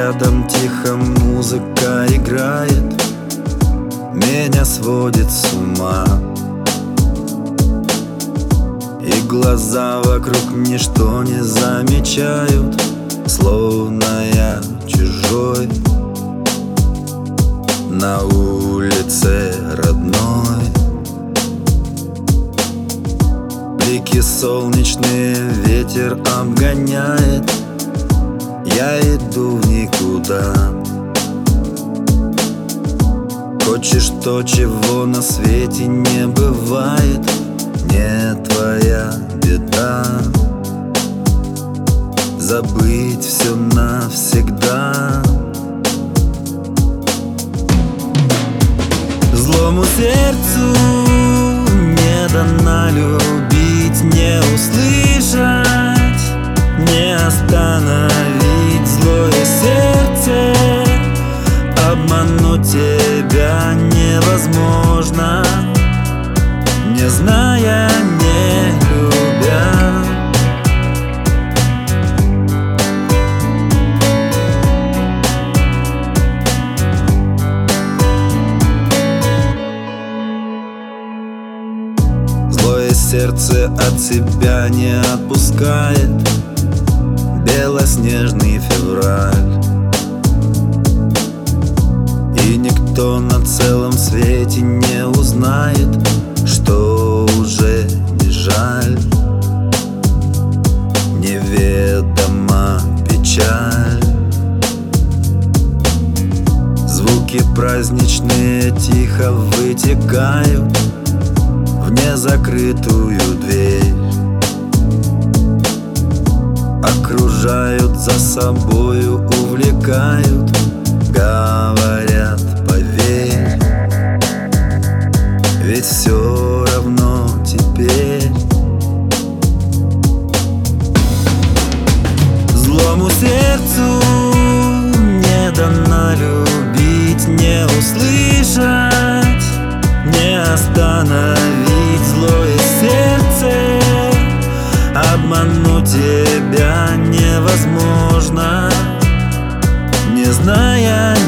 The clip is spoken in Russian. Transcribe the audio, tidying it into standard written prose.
рядом тихо музыка играет, меня сводит с ума. И глаза вокруг ничто не замечают, словно я чужой на улице родной. Блики солнечные ветер обгоняет, я иду в никуда. Хочешь то, чего на свете не бывает, не твоя беда забыть все навсегда. Злому сердцу не дано любить, не услышать, не остановить злое сердце. Обмануть тебя невозможно, не зная, не любя. Злое сердце от себя не отпускает белоснежный февраль. И никто на целом свете не узнает, что уже не жаль. Неведома печаль. Звуки праздничные тихо вытекают в незакрытую дверь, окружают за собою, увлекают, говорят, поверь, ведь все равно теперь. Злому сердцу не дано любить, не услышать, не остановить злое сердце. Обмануть тебя невозможно, не зная,